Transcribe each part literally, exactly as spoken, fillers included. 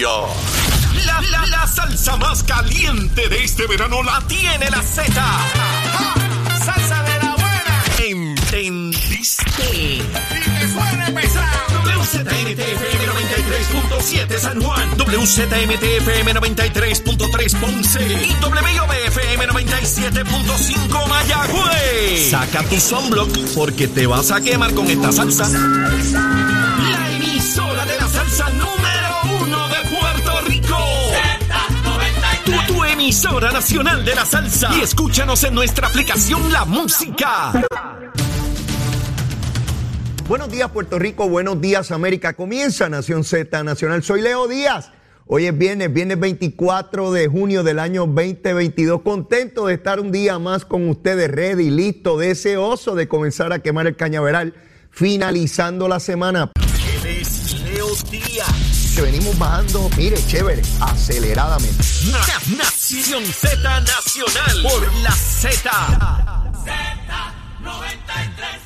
Colombia. La, la, la salsa más caliente de este verano la tiene la Z. ¡Salsa de la buena! ¿Entendiste? ¡Y que suene pesado! W Z M T F M noventa y tres punto siete San Juan, W Z M T F M noventa y tres punto tres Ponce y W O B F M noventa y siete punto cinco Mayagüez. Saca tu sunblock porque te vas a quemar con esta salsa. La emisora de la salsa número uno de Puerto Rico. Z noventa y tres. Tu, tu emisora nacional de la salsa. Y escúchanos en nuestra aplicación La Música. Buenos días, Puerto Rico. Buenos días, América. Comienza Nación Z Nacional. Soy Leo Díaz. Hoy es viernes, viernes veinticuatro de junio del año veinte veintidós. Contento de estar un día más con ustedes, ready, listo, deseoso de comenzar a quemar el cañaveral, finalizando la semana. Él es Leo Díaz. Que venimos bajando, mire, chévere, aceleradamente. Na- Nación Z Nacional por la Z. Z noventa y tres.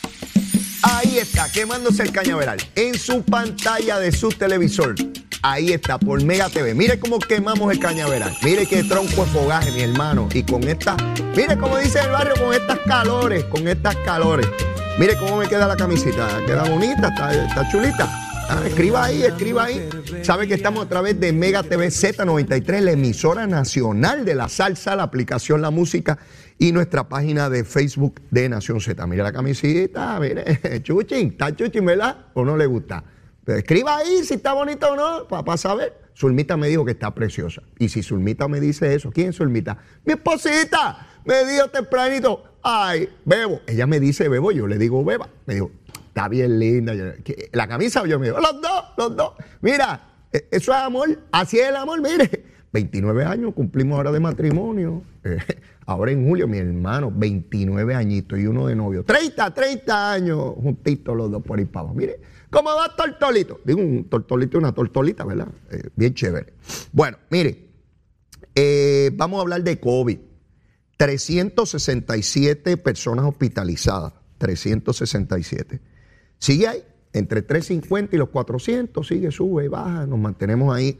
Ahí está, quemándose el cañaveral. En su pantalla de su televisor. Ahí está, por Mega T V. Mire cómo quemamos el cañaveral. Mire qué tronco de fogaje, mi hermano. Y con esta, mire cómo dice el barrio, con estas calores, con estas calores. Mire cómo me queda la camisita. Queda bonita, está, está chulita. Ah, escriba ahí, escriba ahí. Sabe que estamos a través de Mega T V Z noventa y tres, la emisora nacional de la salsa, la aplicación La Música y nuestra página de Facebook de Nación Z. Mire la camisita, mire, chuchín, está chuchín, ¿verdad? ¿O no le gusta? Pero escriba ahí si está bonito o no, para saber. Zulmita me dijo que está preciosa. Y si Zulmita me dice eso, ¿quién es Zulmita? Mi esposita me dijo tempranito, ay, Bebo. Ella me dice Bebo, yo le digo Beba. Me dijo, está bien linda. La camisa, yo me digo, los dos, los dos. Mira, eso es amor, así es el amor, mire. veintinueve años cumplimos ahora de matrimonio. Eh, ahora en julio, mi hermano, veintinueve añitos y uno de novio. treinta, treinta años juntitos los dos por ahí para abajo. Mire, ¿cómo va tortolito? Digo, un tortolito y una tortolita, ¿verdad? Eh, bien chévere. Bueno, mire, eh, vamos a hablar de COVID. trescientas sesenta y siete personas hospitalizadas. trescientas sesenta y siete. Sigue ahí, entre trescientos cincuenta y los cuatrocientos, sigue, sube, baja, nos mantenemos ahí.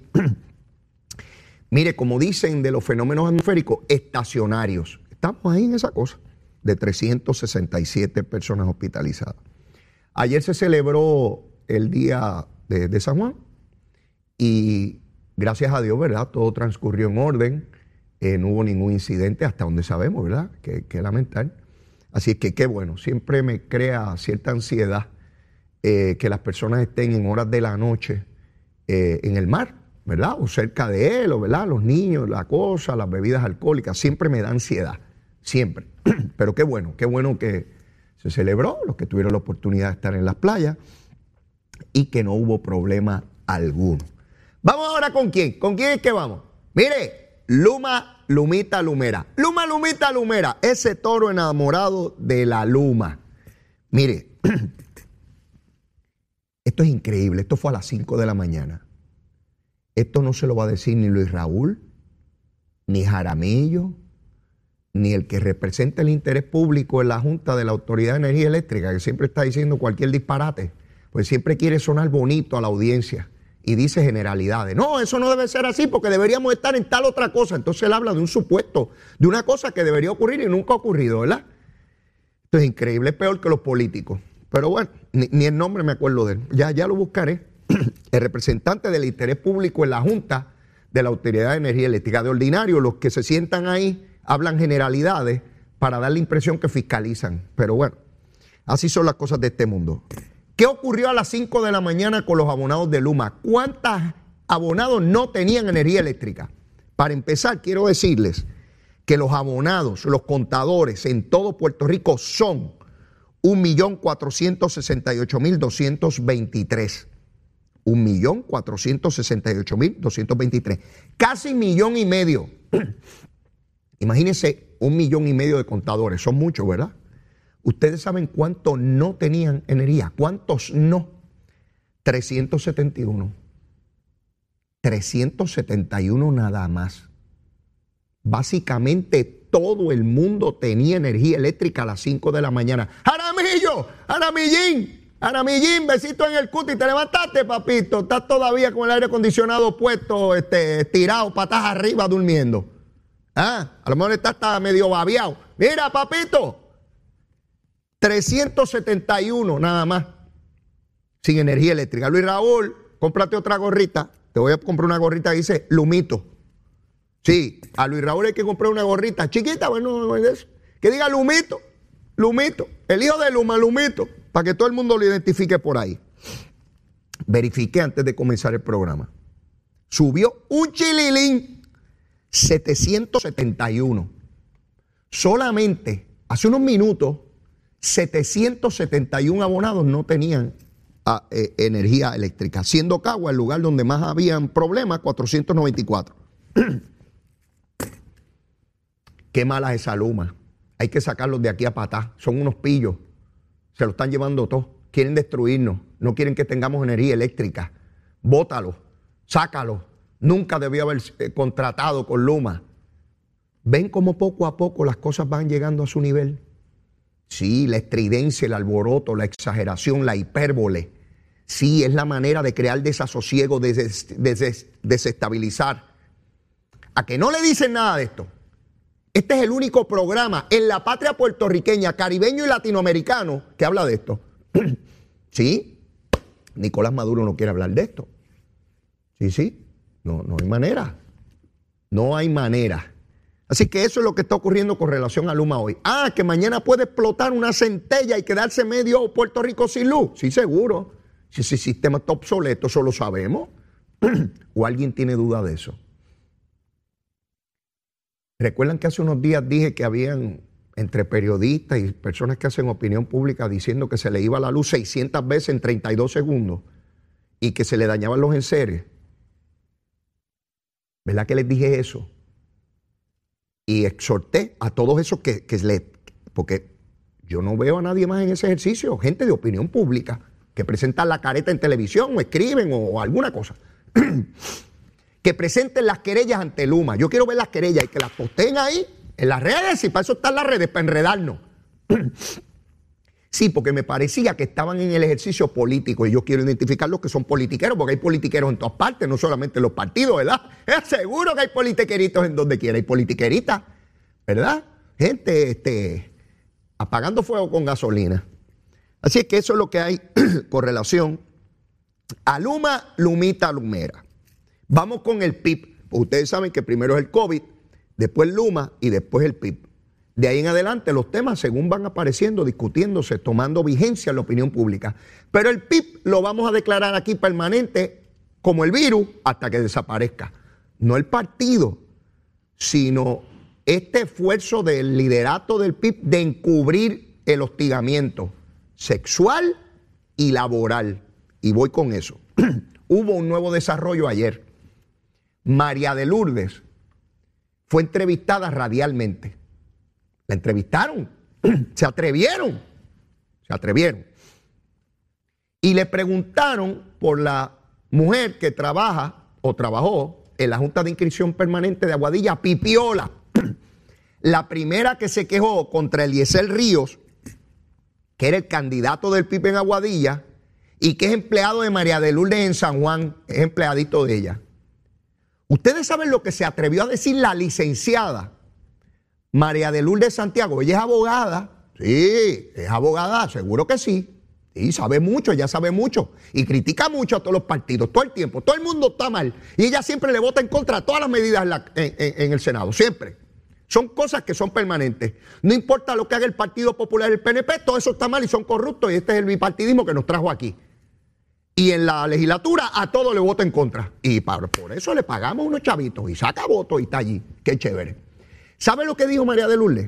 Mire, como dicen de los fenómenos atmosféricos, estacionarios. Estamos ahí en esa cosa, de trescientas sesenta y siete personas hospitalizadas. Ayer se celebró el día de, de San Juan y gracias a Dios, ¿verdad? Todo transcurrió en orden, eh, no hubo ningún incidente hasta donde sabemos, ¿verdad? Que, que lamentar. Así es que qué bueno, siempre me crea cierta ansiedad eh, que las personas estén en horas de la noche eh, en el mar, ¿verdad? O cerca de él, o, ¿verdad? Los niños, la cosa, las bebidas alcohólicas, siempre me da ansiedad, siempre. Pero qué bueno, qué bueno que se celebró, los que tuvieron la oportunidad de estar en las playas y que no hubo problema alguno. Vamos ahora con quién, ¿con quién es que vamos? Mire, Luma, Lumita, Lumera. Luma, Lumita, Lumera, ese toro enamorado de la Luma. Mire, esto es increíble, esto fue a las cinco de la mañana. Esto no se lo va a decir ni Luis Raúl, ni Jaramillo, ni el que representa el interés público en la Junta de la Autoridad de Energía Eléctrica, que siempre está diciendo cualquier disparate, pues siempre quiere sonar bonito a la audiencia y dice generalidades. No, eso no debe ser así porque deberíamos estar en tal otra cosa. Entonces él habla de un supuesto, de una cosa que debería ocurrir y nunca ha ocurrido, ¿verdad? Esto es increíble, es peor que los políticos. Pero bueno, ni, ni el nombre me acuerdo de él. Ya, ya lo buscaré. El representante del interés público en la Junta de la Autoridad de Energía Eléctrica. De ordinario, los que se sientan ahí hablan generalidades para dar la impresión que fiscalizan. Pero bueno, así son las cosas de este mundo. ¿Qué ocurrió a las cinco de la mañana con los abonados de Luma? ¿Cuántos abonados no tenían energía eléctrica? Para empezar, quiero decirles que los abonados, los contadores en todo Puerto Rico son un millón cuatrocientos sesenta y ocho mil doscientos veintitrés. un millón cuatrocientos sesenta y ocho mil doscientos veintitrés. Casi millón y medio. Imagínense un millón y medio de contadores. Son muchos, ¿verdad? Ustedes saben cuántos no tenían energía. ¿Cuántos no? trescientos setenta y uno. trescientos setenta y uno nada más. Básicamente todo el mundo tenía energía eléctrica a las cinco de la mañana. ¡Jaramillo! ¡Jaramillín! Ana Millín, besito en el cuti, te levantaste, papito. Estás todavía con el aire acondicionado puesto, este, tirado, patas arriba, durmiendo. Ah, a lo mejor estás hasta medio babeado. Mira, papito, trescientos setenta y uno nada más, sin energía eléctrica. Luis Raúl, cómprate otra gorrita. Te voy a comprar una gorrita que dice Lumito. Sí, a Luis Raúl hay que comprar una gorrita chiquita, bueno, que diga Lumito, Lumito, el hijo de Luma, Lumito, para que todo el mundo lo identifique por ahí. Verifiqué antes de comenzar el programa. Subió un chililín, setecientos setenta y uno. Solamente hace unos minutos, setecientos setenta y uno abonados no tenían a, eh, energía eléctrica, siendo Cagua el lugar donde más habían problemas, cuatrocientos noventa y cuatro. Qué mala es esa Luma. Hay que sacarlos de aquí a patá. Son unos pillos. Se lo están llevando todo. Quieren destruirnos. No quieren que tengamos energía eléctrica. Bótalo. Sácalo. Nunca debió haber eh, contratado con Luma. ¿Ven cómo poco a poco las cosas van llegando a su nivel? Sí, la estridencia, el alboroto, la exageración, la hipérbole. Sí, es la manera de crear desasosiego, de des, des, desestabilizar. A que no le dicen nada de esto. Este es el único programa en la patria puertorriqueña, caribeño y latinoamericano que habla de esto. Sí, Nicolás Maduro no quiere hablar de esto. Sí, sí, no, no hay manera. No hay manera. Así que eso es lo que está ocurriendo con relación a Luma hoy. Ah, que mañana puede explotar una centella y quedarse medio Puerto Rico sin luz. Sí, seguro. Si ese sistema está obsoleto, eso lo sabemos. ¿O alguien tiene duda de eso? ¿Recuerdan que hace unos días dije que habían entre periodistas y personas que hacen opinión pública diciendo que se le iba la luz seiscientas veces en treinta y dos segundos y que se le dañaban los enseres? ¿Verdad que les dije eso? Y exhorté a todos esos que, que le... Porque yo no veo a nadie más en ese ejercicio, gente de opinión pública, que presentan la careta en televisión o escriben o, o alguna cosa. Que presenten las querellas ante Luma. Yo quiero ver las querellas y que las posteen ahí en las redes, y para eso están las redes, para enredarnos. Sí, porque me parecía que estaban en el ejercicio político y yo quiero identificar los que son politiqueros, porque hay politiqueros en todas partes, no solamente en los partidos, ¿verdad? Es seguro que hay politiqueritos en donde quiera, hay politiqueritas, ¿verdad? Gente este, apagando fuego con gasolina. Así es que eso es lo que hay con relación a Luma, Lumita, Lumera. Vamos con el P I B. Ustedes saben que primero es el COVID, después Luma y después el P I B. De ahí en adelante los temas según van apareciendo, discutiéndose, tomando vigencia en la opinión pública. Pero el P I B lo vamos a declarar aquí permanente como el virus hasta que desaparezca. No el partido, sino este esfuerzo del liderato del P I B de encubrir el hostigamiento sexual y laboral. Y voy con eso. Hubo un nuevo desarrollo ayer. María de Lourdes fue entrevistada radialmente. La entrevistaron, se atrevieron, se atrevieron. Y le preguntaron por la mujer que trabaja o trabajó en la Junta de Inscripción Permanente de Aguadilla, Pipiola. La primera que se quejó contra Eliezer Ríos, que era el candidato del P I B en Aguadilla y que es empleado de María de Lourdes en San Juan, es empleadito de ella. Ustedes saben lo que se atrevió a decir la licenciada María de Lourdes Santiago. Ella es abogada. Sí, es abogada, seguro que sí. Sí, sabe mucho, ella sabe mucho. Y critica mucho a todos los partidos, todo el tiempo. Todo el mundo está mal. Y ella siempre le vota en contra de todas las medidas en, la, en, en, en el Senado, siempre. Son cosas que son permanentes. No importa lo que haga el Partido Popular y el P N P, todo eso está mal y son corruptos. Y este es el bipartidismo que nos trajo aquí. Y en la legislatura a todo le vota en contra. Y para, por eso le pagamos unos chavitos y saca votos y está allí. Qué chévere. ¿Sabe lo que dijo María de Lourdes?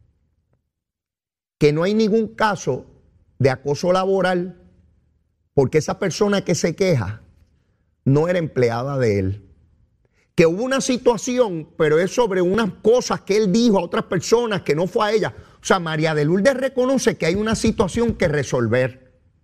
Que no hay ningún caso de acoso laboral porque esa persona que se queja no era empleada de él. Que hubo una situación, pero es sobre unas cosas que él dijo a otras personas que no fue a ella. O sea, María de Lourdes reconoce que hay una situación que resolver.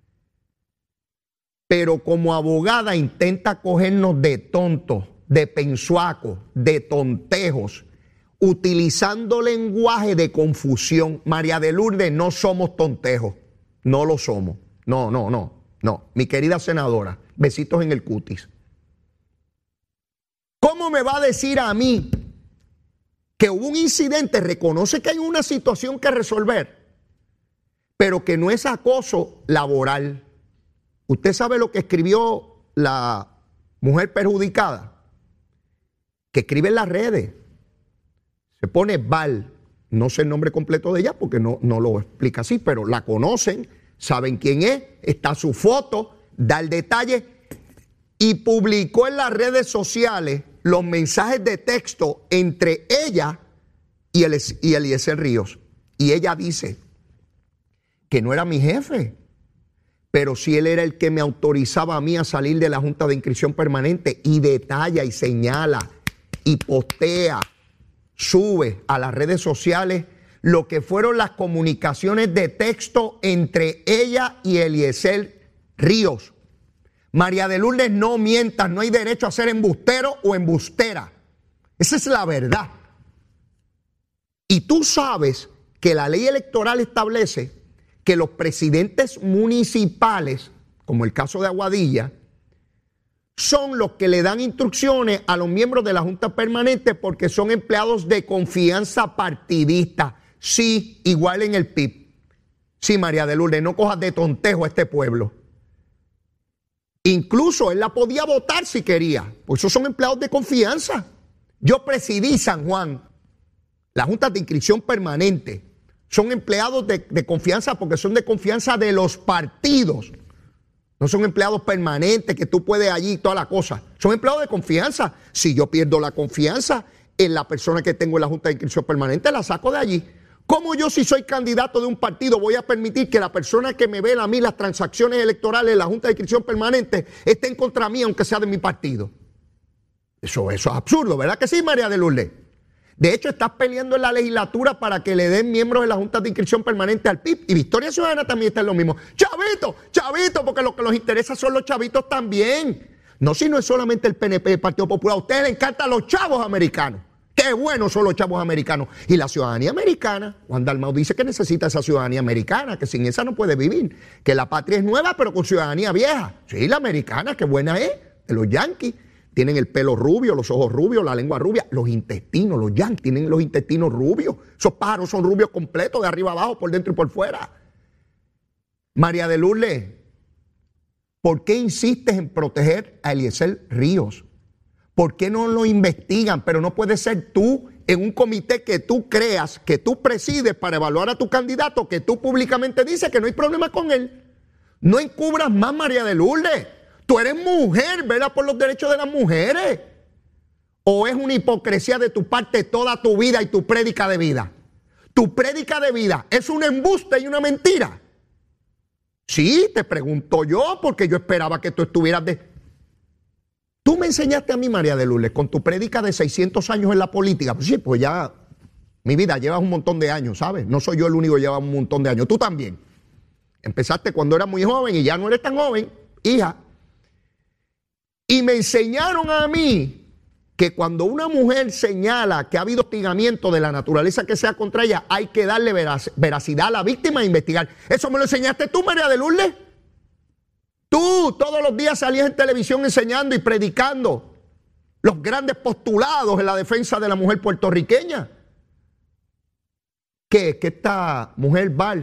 Pero como abogada intenta cogernos de tontos, de pensuacos, de tontejos, utilizando lenguaje de confusión. María de Lourdes, no somos tontejos, no lo somos. no, no, no, no. Mi querida senadora, besitos en el cutis. ¿Cómo me va a decir a mí que hubo un incidente, reconoce que hay una situación que resolver, pero que no es acoso laboral? ¿Usted sabe lo que escribió la mujer perjudicada? Que escribe en las redes. Se pone Val, no sé el nombre completo de ella porque no, no lo explica así, pero la conocen, saben quién es, está su foto, da el detalle y publicó en las redes sociales los mensajes de texto entre ella y, el, y Eliezer Ríos. Y ella dice que no era mi jefe, pero sí él era el que me autorizaba a mí a salir de la Junta de Inscripción Permanente, y detalla y señala y postea, sube a las redes sociales lo que fueron las comunicaciones de texto entre ella y Eliezer Ríos. María de Lourdes, no mientas, no hay derecho a ser embustero o embustera. Esa es la verdad. Y tú sabes que la ley electoral establece que los presidentes municipales, como el caso de Aguadilla, son los que le dan instrucciones a los miembros de la Junta Permanente porque son empleados de confianza partidista. Sí, igual en el P I B. Sí, María de Lourdes, no cojas de tontejo a este pueblo. Incluso él la podía votar si quería, pues esos son empleados de confianza. Yo presidí San Juan, la Junta de Inscripción Permanente. Son empleados de, de confianza porque son de confianza de los partidos. No son empleados permanentes que tú puedes allí y toda la cosa. Son empleados de confianza. Si yo pierdo la confianza en la persona que tengo en la Junta de Inscripción Permanente, la saco de allí. ¿Cómo yo, si soy candidato de un partido, voy a permitir que la persona que me ve a mí las transacciones electorales en la Junta de Inscripción Permanente esté en contra mí, aunque sea de mi partido? Eso, eso es absurdo, ¿verdad que sí, María de Lourdes? De hecho, estás peleando en la legislatura para que le den miembros de la Junta de Inscripción Permanente al P I B. Y Victoria Ciudadana también está en lo mismo. Chavito, chavito, porque lo que los interesa son los chavitos también. No, si no es solamente el P N P, el Partido Popular. A ustedes les encantan los chavos americanos. Qué buenos son los chavos americanos. Y la ciudadanía americana, Juan Dalmau dice que necesita esa ciudadanía americana, que sin esa no puede vivir. Que la patria es nueva, pero con ciudadanía vieja. Sí, la americana, qué buena es, de los yanquis. Tienen el pelo rubio, los ojos rubios, la lengua rubia. Los intestinos, los yanquis tienen los intestinos rubios. Esos pájaros son rubios completos, de arriba abajo, por dentro y por fuera. María de Lourdes, ¿por qué insistes en proteger a Eliezer Ríos? ¿Por qué no lo investigan? Pero no puede ser tú en un comité que tú creas, que tú presides para evaluar a tu candidato, que tú públicamente dices que no hay problema con él. No encubras más, María de Lourdes. Tú eres mujer, vela por los derechos de las mujeres. ¿O es una hipocresía de tu parte toda tu vida y tu prédica de vida? Tu prédica de vida es un embuste y una mentira. Sí, te pregunto yo, porque yo esperaba que tú estuvieras de... Tú me enseñaste a mí, María de Lourdes, con tu prédica de seiscientos años en la política. Pues sí, pues ya, mi vida, llevas un montón de años, ¿sabes? No soy yo el único que lleva un montón de años. Tú también. Empezaste cuando eras muy joven y ya no eres tan joven, hija. Y me enseñaron a mí que cuando una mujer señala que ha habido hostigamiento de la naturaleza que sea contra ella, hay que darle verac- veracidad a la víctima e investigar. ¿Eso me lo enseñaste tú, María de Lourdes? Tú todos los días salías en televisión enseñando y predicando los grandes postulados en la defensa de la mujer puertorriqueña. ¿Qué? Que esta mujer Val,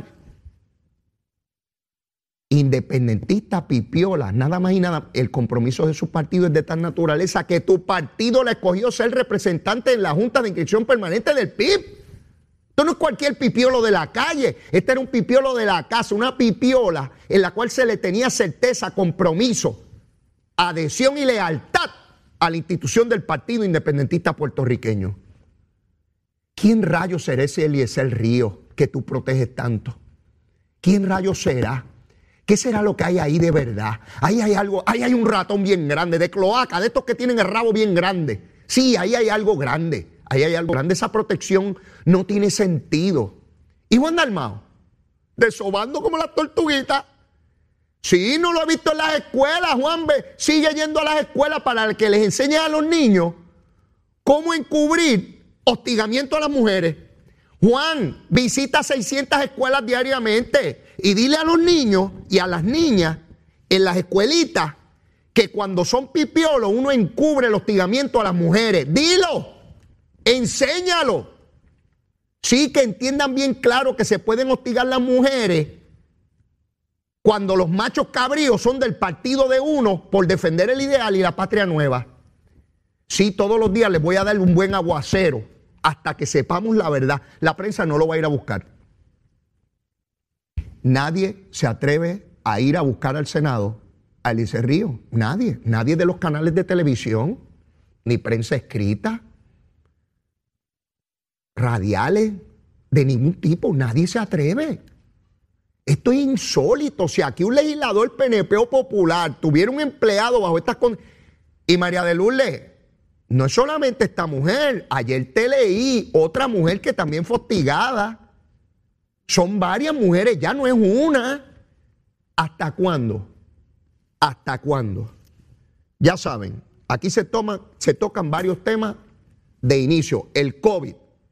independentista, pipiola, nada más y nada, el compromiso de su partido es de tal naturaleza que tu partido le escogió ser representante en la Junta de Inscripción Permanente del P I B. Esto no es cualquier pipiolo de la calle, este era un pipiolo de la casa, una pipiola en la cual se le tenía certeza, compromiso, adhesión y lealtad a la institución del Partido Independentista Puertorriqueño. ¿Quién rayos será ese Eliezer Ríos que tú proteges tanto? ¿Quién rayos será? ¿Qué será lo que hay ahí de verdad? Ahí hay algo, ahí hay un ratón bien grande, de cloaca, de estos que tienen el rabo bien grande. Sí, ahí hay algo grande. Ahí hay algo grande, esa protección no tiene sentido. Y Juan Dalmau, desobando como las tortuguitas. Sí, no lo he visto en las escuelas, Juan, ve, sigue yendo a las escuelas para que les enseñe a los niños cómo encubrir hostigamiento a las mujeres. Juan, visita seiscientas escuelas diariamente. Y dile a los niños y a las niñas en las escuelitas que cuando son pipiolos uno encubre el hostigamiento a las mujeres. Dilo, enséñalo. Sí, que entiendan bien claro que se pueden hostigar las mujeres cuando los machos cabríos son del partido de uno por defender el ideal y la patria nueva. Sí, todos los días les voy a dar un buen aguacero hasta que sepamos la verdad. La prensa no lo va a ir a buscar. Nadie se atreve a ir a buscar al Senado a Eliezer Ríos. Nadie. Nadie de los canales de televisión, ni prensa escrita, radiales, de ningún tipo. Nadie se atreve. Esto es insólito. Si aquí un legislador P N P o popular tuviera un empleado bajo estas condiciones. Y María de Lourdes, no es solamente esta mujer. Ayer te leí otra mujer que también fue hostigada. Son varias mujeres, ya no es una. ¿Hasta cuándo? ¿Hasta cuándo? Ya saben, aquí se, toma, se tocan varios temas de inicio. El COVID,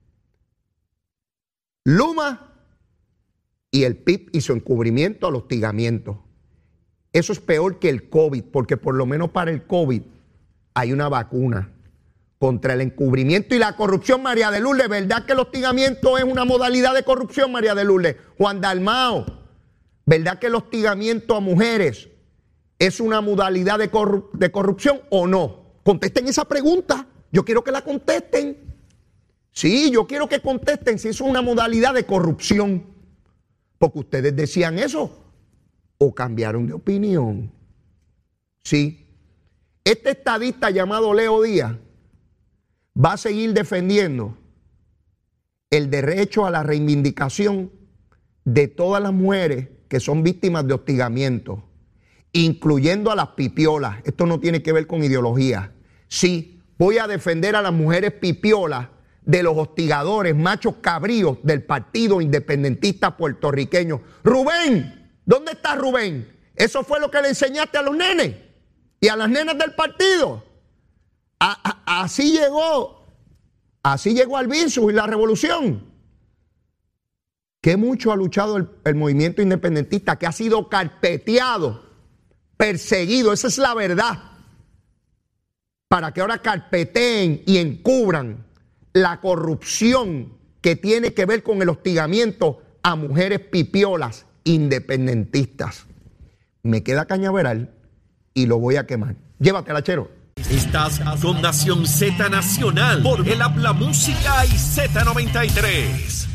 Luma y el P I B y su encubrimiento al hostigamiento. Eso es peor que el COVID, porque por lo menos para el COVID hay una vacuna contra el encubrimiento y la corrupción. María de Lourdes, ¿verdad que el hostigamiento es una modalidad de corrupción, María de Lourdes? Juan Dalmao, ¿verdad que el hostigamiento a mujeres es una modalidad de, corru- de corrupción o no? Contesten esa pregunta. Yo quiero que la contesten. Sí, yo quiero que contesten si es una modalidad de corrupción. Porque ustedes decían eso o cambiaron de opinión. Sí. Este estadista llamado Leo Díaz va a seguir defendiendo el derecho a la reivindicación de todas las mujeres que son víctimas de hostigamiento, incluyendo a las pipiolas. Esto no tiene que ver con ideología. Sí, voy a defender a las mujeres pipiolas de los hostigadores, machos cabríos del Partido Independentista Puertorriqueño. Rubén, ¿dónde está Rubén? Eso fue lo que le enseñaste a los nenes y a las nenas del partido. A, a, así llegó, así llegó Albizu y la revolución. Que mucho ha luchado el, el movimiento independentista, que ha sido carpeteado, perseguido, esa es la verdad. Para que ahora carpeteen y encubran la corrupción que tiene que ver con el hostigamiento a mujeres pipiolas independentistas. Me queda Cañaveral y lo voy a quemar. Llévatela, Chero. Estás con Nación Z Nacional por el Habla Música y Z noventa y tres.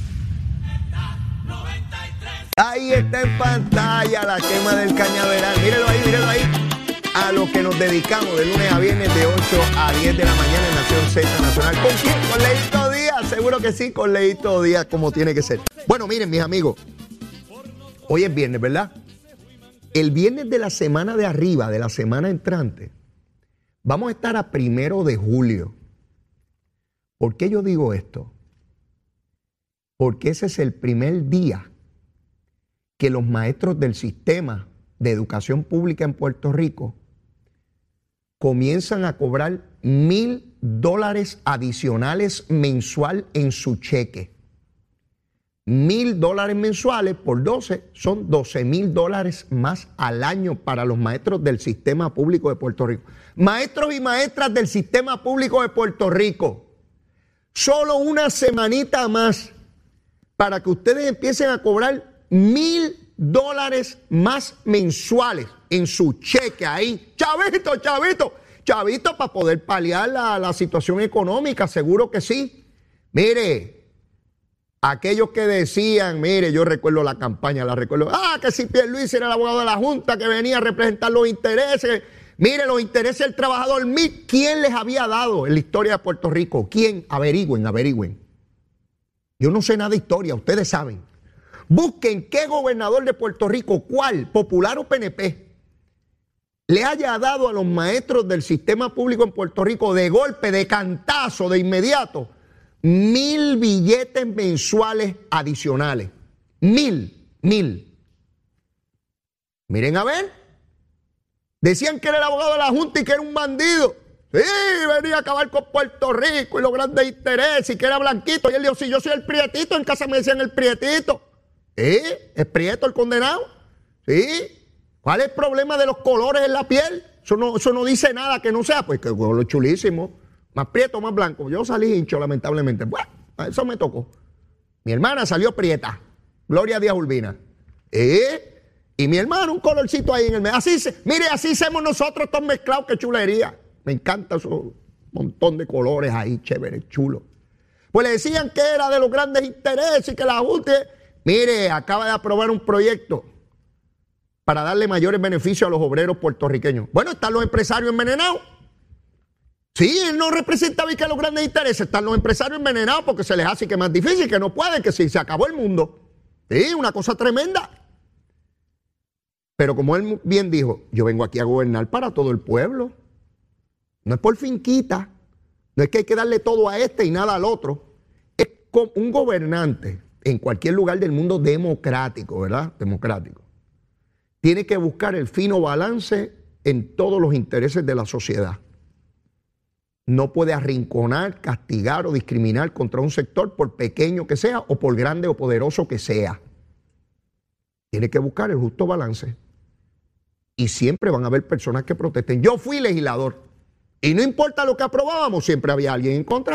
Ahí está en pantalla la quema del Cañaveral. Míralo ahí, míralo ahí. A lo que nos dedicamos de lunes a viernes de ocho a diez de la mañana en Nación Z Nacional. ¿Con quién? Con Leito Díaz. Seguro que sí, con Leito Díaz, como tiene que ser. Bueno, miren, mis amigos. Hoy es viernes, ¿verdad? El viernes de la semana de arriba, de la semana entrante, vamos a estar a primero de julio. ¿Por qué yo digo esto? Porque ese es el primer día que los maestros del sistema de educación pública en Puerto Rico comienzan a cobrar mil dólares adicionales mensual en su cheque. Mil dólares mensuales por doce son doce mil dólares más al año para los maestros del sistema público de Puerto Rico. Maestros y maestras del sistema público de Puerto Rico, solo una semanita más para que ustedes empiecen a cobrar mil dólares más mensuales en su cheque ahí. Chavito, chavito, chavito, para poder paliar la, la situación económica, seguro que sí. Mire, aquellos que decían, mire, yo recuerdo la campaña, la recuerdo, ah, que si Pierluisi era el abogado de la Junta, que venía a representar los intereses, mire, los intereses del trabajador, ¿quién les había dado en la historia de Puerto Rico? ¿Quién? Averigüen, averigüen. Yo no sé nada de historia, ustedes saben. Busquen qué gobernador de Puerto Rico, cuál, popular o P N P, le haya dado a los maestros del sistema público en Puerto Rico de golpe, de cantazo, de inmediato, mil billetes mensuales adicionales. Mil, mil. Miren a ver. Decían que era el abogado de la Junta y que era un bandido. Sí, venía a acabar con Puerto Rico y los grandes intereses y que era blanquito. Y él dijo, si yo soy el prietito, en casa me decían el prietito. ¿Sí? ¿Es prieto el condenado? ¿Sí? ¿Cuál es el problema de los colores en la piel? Eso no, eso no dice nada que no sea. Pues que lo chulísimo. Más prieto, más blanco. Yo salí hincho, lamentablemente. Bueno, eso me tocó. Mi hermana salió prieta. Gloria Díaz Urbina. ¿Eh? Y mi hermano, un colorcito ahí en el medio. Así se, mire, así hacemos nosotros todos mezclados. ¡Qué chulería! Me encanta esos montón de colores ahí, chévere, chulo. Pues le decían que era de los grandes intereses y que la Junta... Mire, acaba de aprobar un proyecto para darle mayores beneficios a los obreros puertorriqueños. Bueno, están los empresarios envenenados. Sí, él no representa bien que los grandes intereses. Están los empresarios envenenados porque se les hace que es más difícil, que no pueden, que si se acabó el mundo. Sí, una cosa tremenda. Pero como él bien dijo, yo vengo aquí a gobernar para todo el pueblo. No es por finquita. No es que hay que darle todo a este y nada al otro. Es como un gobernante en cualquier lugar del mundo democrático, ¿verdad? Democrático. Tiene que buscar el fino balance en todos los intereses de la sociedad. No puede arrinconar, castigar o discriminar contra un sector por pequeño que sea o por grande o poderoso que sea. Tiene que buscar el justo balance. Y siempre van a haber personas que protesten. Yo fui legislador y no importa lo que aprobábamos, siempre había alguien en contra.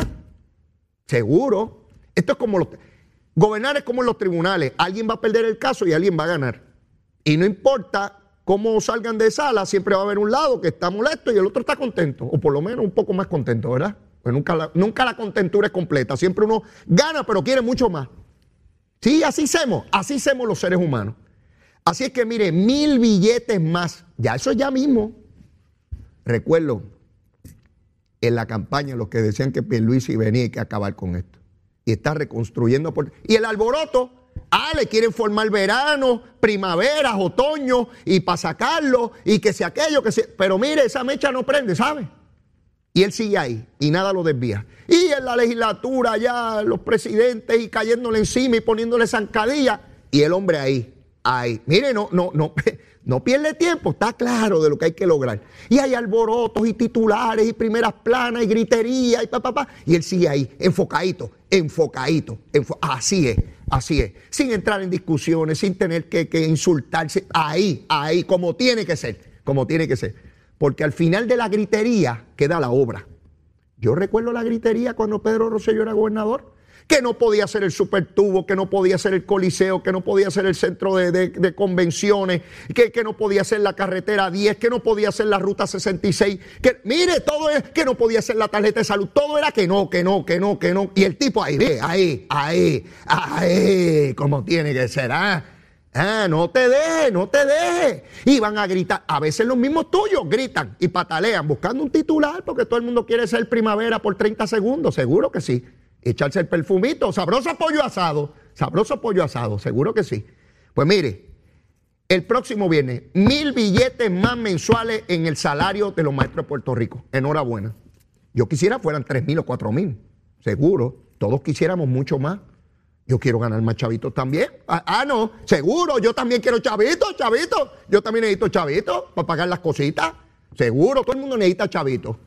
Seguro. Esto es como los... Gobernar es como en los tribunales. Alguien va a perder el caso y alguien va a ganar. Y no importa cómo salgan de sala, siempre va a haber un lado que está molesto y el otro está contento. O por lo menos un poco más contento, ¿verdad? Pues nunca la, nunca la contentura es completa. Siempre uno gana, pero quiere mucho más. Sí, así somos. Así somos los seres humanos. Así es que mire, mil billetes más. Ya eso es ya mismo. Recuerdo en la campaña los que decían que Pierluisi venía y que acabar con esto. Y está reconstruyendo. Por... Y el alboroto, ah, le quieren formar verano, primavera, otoño, y para sacarlo, y que sea aquello, que sea... Pero mire, esa mecha no prende, ¿sabe? Y él sigue ahí, y nada lo desvía. Y en la legislatura ya los presidentes y cayéndole encima y poniéndole zancadilla, y el hombre ahí. Ay, mire, no, no, no, no pierde tiempo, está claro de lo que hay que lograr. Y hay alborotos y titulares y primeras planas y gritería y pa, pa, pa. Y él sigue ahí, enfocadito, enfocadito. Enfo así es, así es. Sin entrar en discusiones, sin tener que, que insultarse. Ahí, ahí, como tiene que ser, como tiene que ser. Porque al final de la gritería queda la obra. Yo recuerdo la gritería cuando Pedro Rosselló era gobernador. Que no podía ser el supertubo, que no podía ser el coliseo, que no podía ser el centro de, de, de convenciones, que, que no podía ser la carretera diez, que no podía ser la ruta sesenta y seis, que mire, todo es que no podía ser la tarjeta de salud, todo era que no, que no, que no, que no. Y el tipo ahí, ve, ahí, ahí, ahí, como tiene que ser, ah, ah, no te dejes, no te dejes. Y van a gritar, a veces los mismos tuyos gritan y patalean buscando un titular porque todo el mundo quiere ser primavera por treinta segundos, seguro que sí. Echarse el perfumito, sabroso pollo asado, sabroso pollo asado, seguro que sí. Pues mire, el próximo viernes, mil billetes más mensuales en el salario de los maestros de Puerto Rico. Enhorabuena. Yo quisiera fueran tres mil o cuatro mil, seguro. Todos quisiéramos mucho más. Yo quiero ganar más chavitos también. Ah, ah, no, seguro, yo también quiero chavitos, chavitos. Yo también necesito chavitos para pagar las cositas. Seguro, todo el mundo necesita chavitos.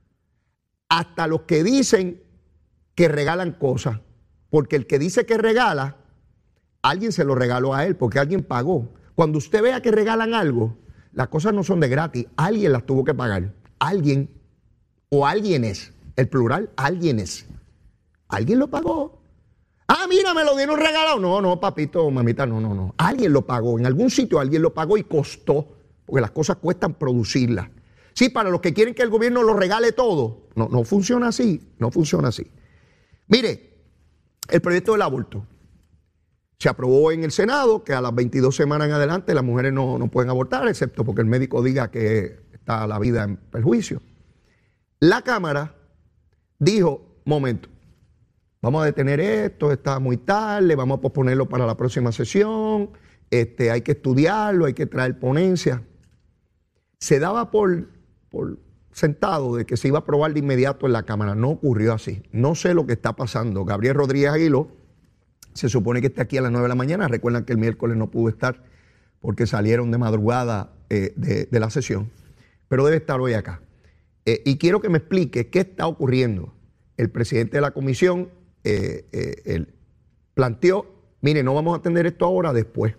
Hasta los que dicen que regalan cosas, porque el que dice que regala, alguien se lo regaló a él, porque alguien pagó. Cuando usted vea que regalan algo, las cosas no son de gratis, alguien las tuvo que pagar. Alguien, o alguienes, el plural, alguienes. Alguien lo pagó. Ah, mira, me lo dieron regalado. No, no, papito, mamita, no, no, no. Alguien lo pagó, en algún sitio alguien lo pagó y costó, porque las cosas cuestan producirlas. Sí, para los que quieren que el gobierno lo regale todo, no, no funciona así, no funciona así. Mire, el proyecto del aborto se aprobó en el Senado, que a las veintidós semanas en adelante las mujeres no, no pueden abortar, excepto porque el médico diga que está la vida en perjuicio. La Cámara dijo, momento, vamos a detener esto, está muy tarde, vamos a posponerlo para la próxima sesión, este, hay que estudiarlo, hay que traer ponencia. Se daba por... por sentado de que se iba a aprobar de inmediato en la Cámara. No ocurrió así. No sé lo que está pasando. Gabriel Rodríguez Aguiló se supone que está aquí a las nueve de la mañana. Recuerdan que el miércoles no pudo estar porque salieron de madrugada eh, de, de la sesión. Pero debe estar hoy acá. Eh, y quiero que me explique qué está ocurriendo. El presidente de la comisión eh, eh, él planteó mire, no vamos a atender esto ahora, después.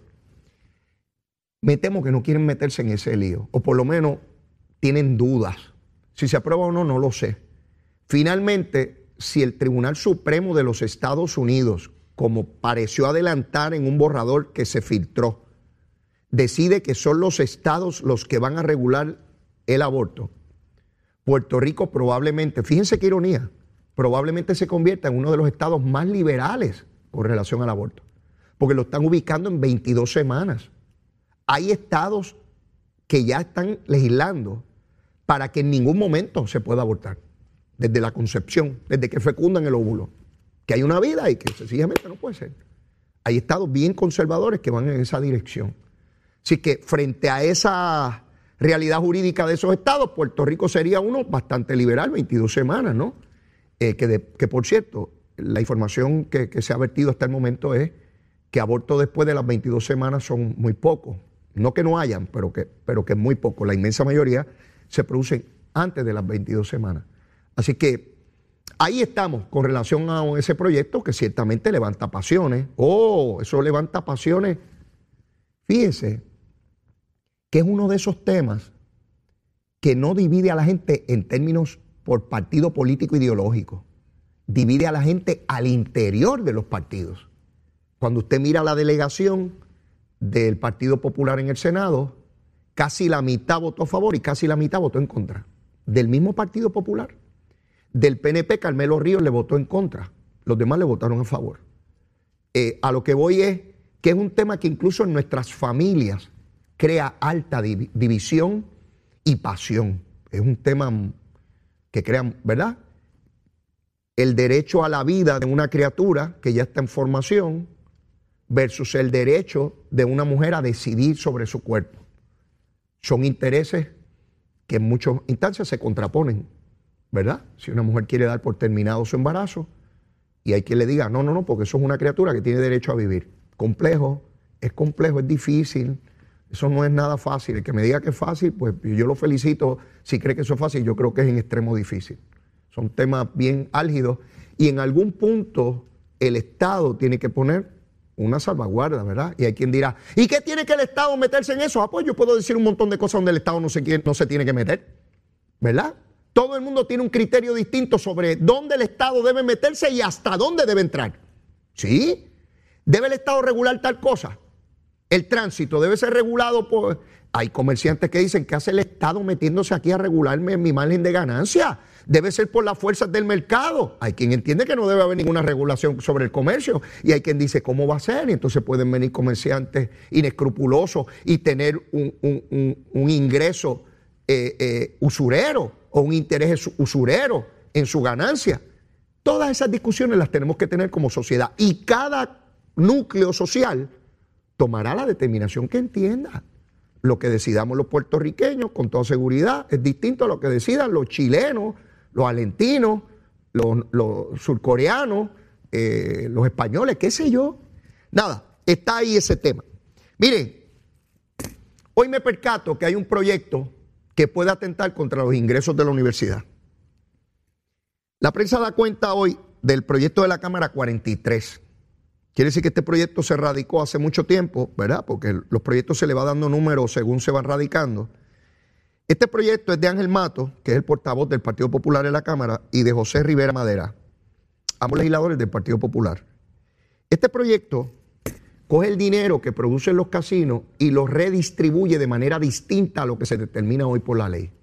Me temo que no quieren meterse en ese lío, o por lo menos tienen dudas. Si se aprueba o no, no lo sé. Finalmente, si el Tribunal Supremo de los Estados Unidos, como pareció adelantar en un borrador que se filtró, decide que son los estados los que van a regular el aborto, Puerto Rico probablemente, fíjense qué ironía, probablemente se convierta en uno de los estados más liberales con relación al aborto, porque lo están ubicando en veintidós semanas. Hay estados que ya están legislando para que en ningún momento se pueda abortar, desde la concepción, desde que fecundan el óvulo, que hay una vida y que sencillamente no puede ser. Hay estados bien conservadores que van en esa dirección. Así que frente a esa realidad jurídica de esos estados, Puerto Rico sería uno bastante liberal, veintidós semanas, ¿no? Eh, que, de, que por cierto, la información que, que se ha vertido hasta el momento es que abortos después de las veintidós semanas son muy pocos. No que no hayan, pero que, pero que muy poco. La inmensa mayoría se producen antes de las veintidós semanas. Así que ahí estamos con relación a ese proyecto que ciertamente levanta pasiones. Oh, eso levanta pasiones. Fíjense que es uno de esos temas que no divide a la gente en términos por partido político ideológico. Divide a la gente al interior de los partidos. Cuando usted mira la delegación del Partido Popular en el Senado, casi la mitad votó a favor y casi la mitad votó en contra. Del mismo Partido Popular. Del P N P, Carmelo Ríos le votó en contra. Los demás le votaron a favor. Eh, a lo que voy es que es un tema que incluso en nuestras familias crea alta div- división y pasión. Es un tema que crea, ¿verdad? El derecho a la vida de una criatura que ya está en formación versus el derecho de una mujer a decidir sobre su cuerpo. Son intereses que en muchas instancias se contraponen, ¿verdad? Si una mujer quiere dar por terminado su embarazo y hay quien le diga, no, no, no, porque eso es una criatura que tiene derecho a vivir. Complejo, es complejo, es difícil, eso no es nada fácil. El que me diga que es fácil, pues yo lo felicito. Si cree que eso es fácil, yo creo que es en extremo difícil. Son temas bien álgidos y en algún punto el Estado tiene que poner una salvaguarda, ¿verdad? Y hay quien dirá, ¿y qué tiene que el Estado meterse en eso? Ah, pues yo puedo decir un montón de cosas donde el Estado no se, quiere, no se tiene que meter, ¿verdad? Todo el mundo tiene un criterio distinto sobre dónde el Estado debe meterse y hasta dónde debe entrar. ¿Sí? ¿Debe el Estado regular tal cosa? El tránsito debe ser regulado por... Hay comerciantes que dicen, ¿qué hace el Estado metiéndose aquí a regularme mi margen de ganancia? Debe ser por las fuerzas del mercado. Hay quien entiende que no debe haber ninguna regulación sobre el comercio y hay quien dice, ¿cómo va a ser? Y entonces pueden venir comerciantes inescrupulosos y tener un, un, un, un ingreso eh, eh, usurero o un interés usurero en su ganancia. Todas esas discusiones las tenemos que tener como sociedad y cada núcleo social tomará la determinación que entienda. Lo que decidamos los puertorriqueños, con toda seguridad, es distinto a lo que decidan los chilenos, los argentinos, los, los surcoreanos, eh, los españoles, qué sé yo. Nada, está ahí ese tema. Miren, hoy me percato que hay un proyecto que puede atentar contra los ingresos de la universidad. La prensa da cuenta hoy del proyecto de la Cámara cuarenta y tres. Quiere decir que este proyecto se radicó hace mucho tiempo, ¿verdad? Porque los proyectos se le va dando números según se van radicando. Este proyecto es de Ángel Matos, que es el portavoz del Partido Popular en la Cámara, y de José Rivera Madera, ambos legisladores del Partido Popular. Este proyecto coge el dinero que producen los casinos y lo redistribuye de manera distinta a lo que se determina hoy por la ley.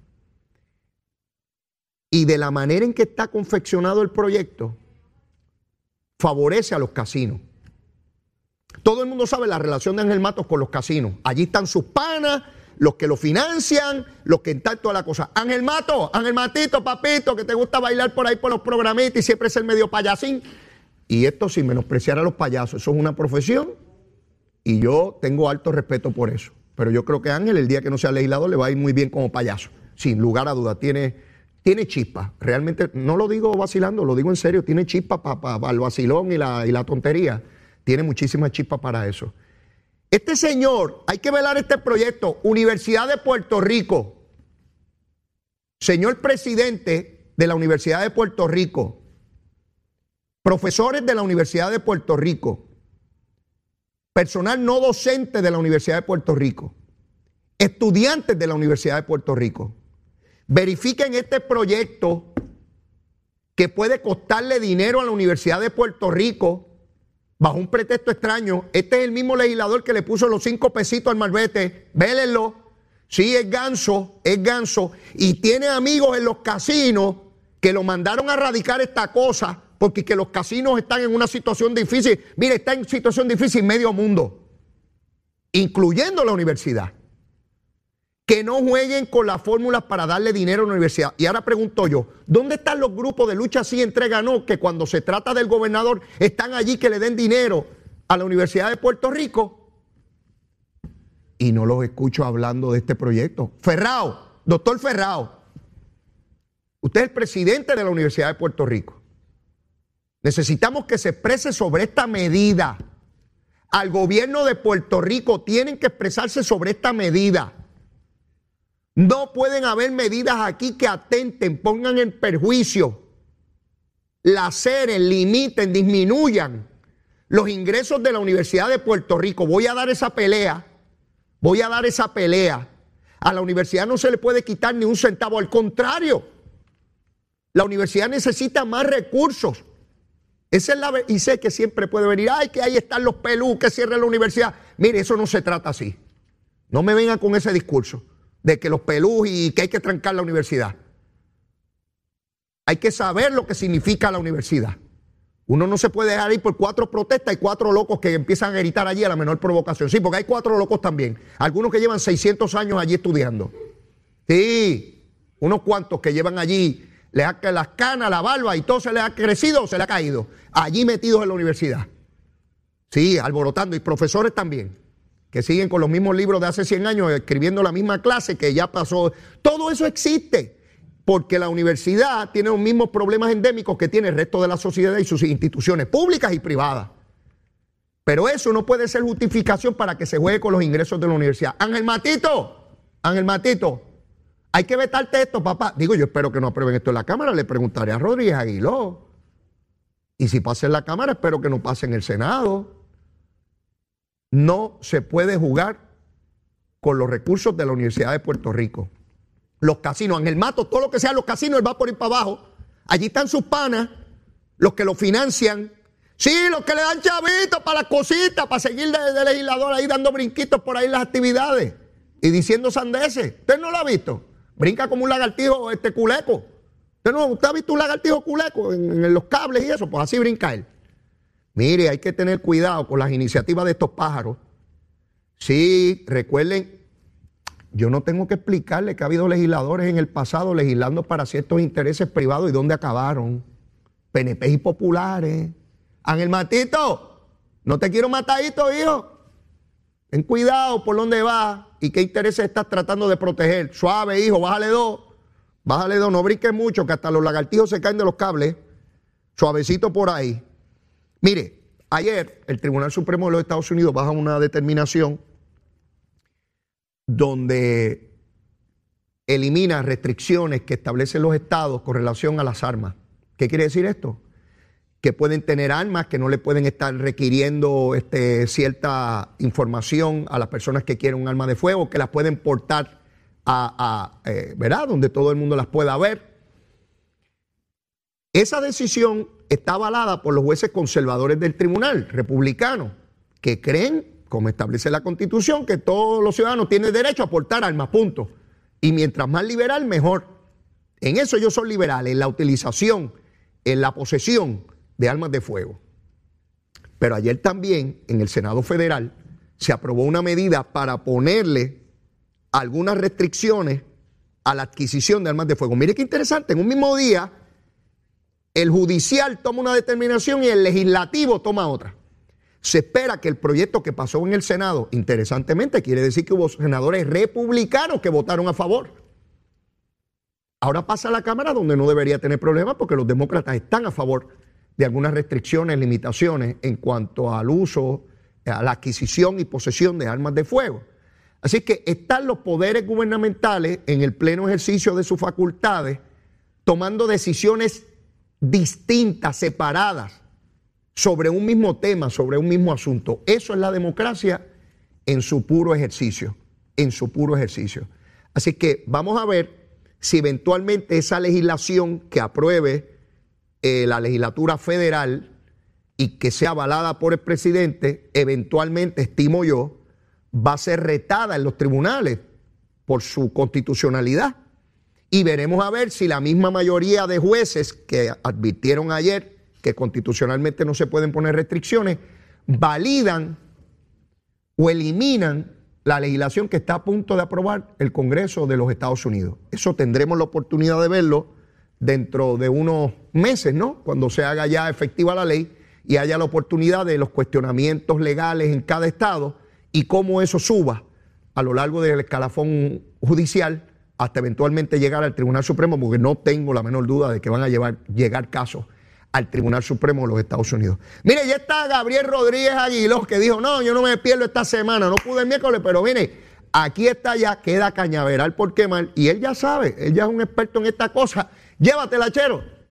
Y de la manera en que está confeccionado el proyecto, favorece a los casinos. Todo el mundo sabe la relación de Ángel Matos con los casinos. Allí están sus panas, los que lo financian, los que están toda la cosa. Ángel Matos, Ángel Matito, papito, que te gusta bailar por ahí por los programitas y siempre ser medio payasín. Y esto sin menospreciar a los payasos, eso es una profesión y yo tengo alto respeto por eso. Pero yo creo que Ángel, el día que no sea legislador, le va a ir muy bien como payaso. Sin lugar a duda, tiene, tiene chispa. Realmente, no lo digo vacilando, lo digo en serio, tiene chispa para pa, pa el vacilón y la, y la tontería. Tiene muchísima chispa para eso. Este señor, hay que velar este proyecto, Universidad de Puerto Rico. Señor presidente de la Universidad de Puerto Rico, profesores de la Universidad de Puerto Rico, personal no docente de la Universidad de Puerto Rico, estudiantes de la Universidad de Puerto Rico, verifiquen este proyecto que puede costarle dinero a la Universidad de Puerto Rico bajo un pretexto extraño. Este es el mismo legislador que le puso los cinco pesitos al malvete. Vélenlo. Sí, es ganso, es ganso. Y tiene amigos en los casinos que lo mandaron a radicar esta cosa porque que los casinos están en una situación difícil. Mire, está en situación difícil medio mundo, incluyendo la universidad. Que no jueguen con las fórmulas para darle dinero a la universidad. Y ahora pregunto yo, ¿dónde están los grupos de lucha sí, entrega no, que cuando se trata del gobernador están allí que le den dinero a la Universidad de Puerto Rico? Y no los escucho hablando de este proyecto. Ferrao, doctor Ferrao, usted es el presidente de la Universidad de Puerto Rico. Necesitamos que se exprese sobre esta medida. Al gobierno de Puerto Rico tienen que expresarse sobre esta medida. No pueden haber medidas aquí que atenten, pongan en perjuicio, laceren, limiten, disminuyan los ingresos de la Universidad de Puerto Rico. Voy a dar esa pelea, voy a dar esa pelea. A la universidad no se le puede quitar ni un centavo, al contrario. La universidad necesita más recursos. Esa es la, y sé que siempre puede venir, ay, que ahí están los pelú, que cierre la universidad. Mire, eso no se trata así. No me vengan con ese discurso de que los pelús y que hay que trancar la universidad. Hay que saber lo que significa la universidad. Uno no se puede dejar ir por cuatro protestas y cuatro locos que empiezan a gritar allí a la menor provocación. Sí, porque hay cuatro locos también. Algunos que llevan seiscientos años allí estudiando. Sí, unos cuantos que llevan allí, les ha las canas, la barba y todo se les ha crecido o se les ha caído. Allí metidos en la universidad. Sí, alborotando. Y profesores también, que siguen con los mismos libros de hace cien años, escribiendo la misma clase que ya pasó. Todo eso existe, porque la universidad tiene los mismos problemas endémicos que tiene el resto de la sociedad y sus instituciones públicas y privadas. Pero eso no puede ser justificación para que se juegue con los ingresos de la universidad. Ángel Matito, Ángel Matito, hay que vetarte esto, papá. Digo, yo espero que no aprueben esto en la Cámara, le preguntaré a Rodríguez Aguiló. Y si pasa en la Cámara, espero que no pase en el Senado. No se puede jugar con los recursos de la Universidad de Puerto Rico. Los casinos, Ángel Mato, todo lo que sea los casinos, él va por ir para abajo. Allí están sus panas, los que lo financian. Sí, los que le dan chavitos para las cositas, para seguir de, de legislador ahí dando brinquitos por ahí en las actividades y diciendo sandeces. ¿Usted no lo ha visto? Brinca como un lagartijo este culeco. ¿Usted, no, ¿Usted ha visto un lagartijo culeco en, en los cables y eso? Pues así brinca él. Mire, hay que tener cuidado con las iniciativas de estos pájaros. Sí, recuerden, yo no tengo que explicarle que ha habido legisladores en el pasado legislando para ciertos intereses privados y dónde acabaron. P N P y populares. Ángel Matito, no te quiero matadito, hijo. Ten cuidado por dónde vas y qué intereses estás tratando de proteger. Suave, hijo, bájale dos. Bájale dos, no brinques mucho, que hasta los lagartijos se caen de los cables. Suavecito por ahí. Mire, ayer el Tribunal Supremo de los Estados Unidos baja una determinación donde elimina restricciones que establecen los estados con relación a las armas. ¿Qué quiere decir esto? Que pueden tener armas, que no le pueden estar requiriendo este, cierta información a las personas que quieren un arma de fuego, que las pueden portar a, a eh, ¿verdad? Donde todo el mundo las pueda ver. Esa decisión está avalada por los jueces conservadores del tribunal, republicanos, que creen, como establece la Constitución, que todos los ciudadanos tienen derecho a portar armas, punto. Y mientras más liberal, mejor. En eso ellos son liberales, en la utilización, en la posesión de armas de fuego. Pero ayer también, en el Senado Federal, se aprobó una medida para ponerle algunas restricciones a la adquisición de armas de fuego. Mire qué interesante, en un mismo día, el judicial toma una determinación y el legislativo toma otra. Se espera que el proyecto que pasó en el Senado, interesantemente, quiere decir que hubo senadores republicanos que votaron a favor. Ahora pasa a la Cámara donde no debería tener problemas porque los demócratas están a favor de algunas restricciones, limitaciones en cuanto al uso, a la adquisición y posesión de armas de fuego. Así que están los poderes gubernamentales en el pleno ejercicio de sus facultades tomando decisiones distintas, separadas, sobre un mismo tema, sobre un mismo asunto. Eso es la democracia en su puro ejercicio, en su puro ejercicio. Así que vamos a ver si eventualmente esa legislación que apruebe eh, la legislatura federal y que sea avalada por el presidente, eventualmente, estimo yo, va a ser retada en los tribunales por su constitucionalidad. Y veremos a ver si la misma mayoría de jueces que advirtieron ayer que constitucionalmente no se pueden poner restricciones, validan o eliminan la legislación que está a punto de aprobar el Congreso de los Estados Unidos. Eso tendremos la oportunidad de verlo dentro de unos meses, ¿no? Cuando se haga ya efectiva la ley y haya la oportunidad de los cuestionamientos legales en cada estado y cómo eso suba a lo largo del escalafón judicial hasta eventualmente llegar al Tribunal Supremo, porque no tengo la menor duda de que van a llevar, llegar casos al Tribunal Supremo de los Estados Unidos. Mire, ya está Gabriel Rodríguez Aguiló, que dijo, no, yo no me pierdo esta semana, no pude el miércoles, pero mire, aquí está ya, queda Cañaveral por quemar, y él ya sabe, él ya es un experto en esta cosa. Llévatela, Chero.